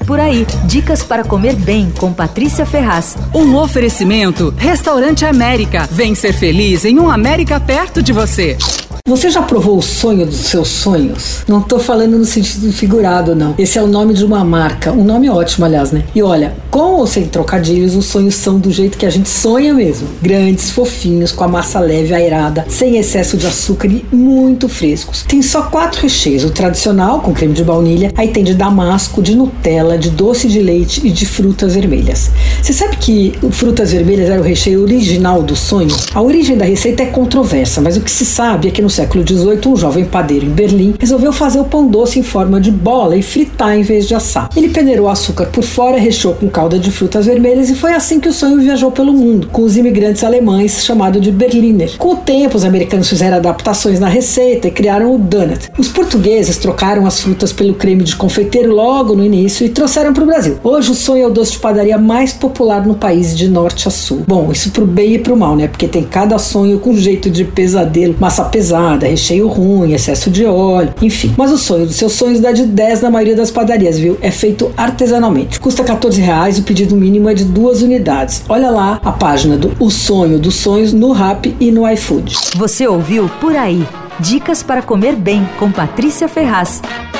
Por Aí, dicas para comer bem com Patrícia Ferraz. Um oferecimento, Restaurante América. Vem ser feliz em um América perto de você. Você já provou o sonho dos seus sonhos? Não tô falando no sentido figurado, não. Esse é o nome de uma marca. Um nome ótimo, aliás, né? E olha, com ou sem trocadilhos, os sonhos são do jeito que a gente sonha mesmo. Grandes, fofinhos, com a massa leve, aerada, sem excesso de açúcar e muito frescos. Tem só 4 recheios. O tradicional, com creme de baunilha, aí tem de damasco, de Nutella, de doce de leite e de frutas vermelhas. Você sabe que o frutas vermelhas era o recheio original do sonho? A origem da receita é controversa, mas o que se sabe é que no século XVIII, um jovem padeiro em Berlim resolveu fazer o pão doce em forma de bola e fritar em vez de assar. Ele peneirou o açúcar por fora, recheou com calda de frutas vermelhas e foi assim que o sonho viajou pelo mundo, com os imigrantes alemães, chamado de Berliner. Com o tempo, os americanos fizeram adaptações na receita e criaram o donut. Os portugueses trocaram as frutas pelo creme de confeiteiro logo no início e trouxeram para o Brasil. Hoje, o sonho é o doce de padaria mais popular no país de norte a sul. Bom, isso pro bem e pro mal, né? Porque tem cada sonho com jeito de pesadelo, massa pesada, recheio ruim, excesso de óleo, enfim. Mas o sonho dos seus sonhos dá de 10 na maioria das padarias, viu? É feito artesanalmente. Custa R$14, o pedido mínimo é de 2 unidades. Olha lá a página do O Sonho dos Sonhos no Rappi e no iFood. Você ouviu Por Aí, dicas para comer bem com Patrícia Ferraz.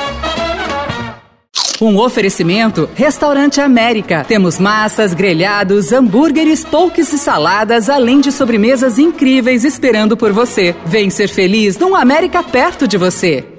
Um oferecimento, Restaurante América. Temos massas, grelhados, hambúrgueres, poutes e saladas, além de sobremesas incríveis esperando por você. Vem ser feliz num América perto de você.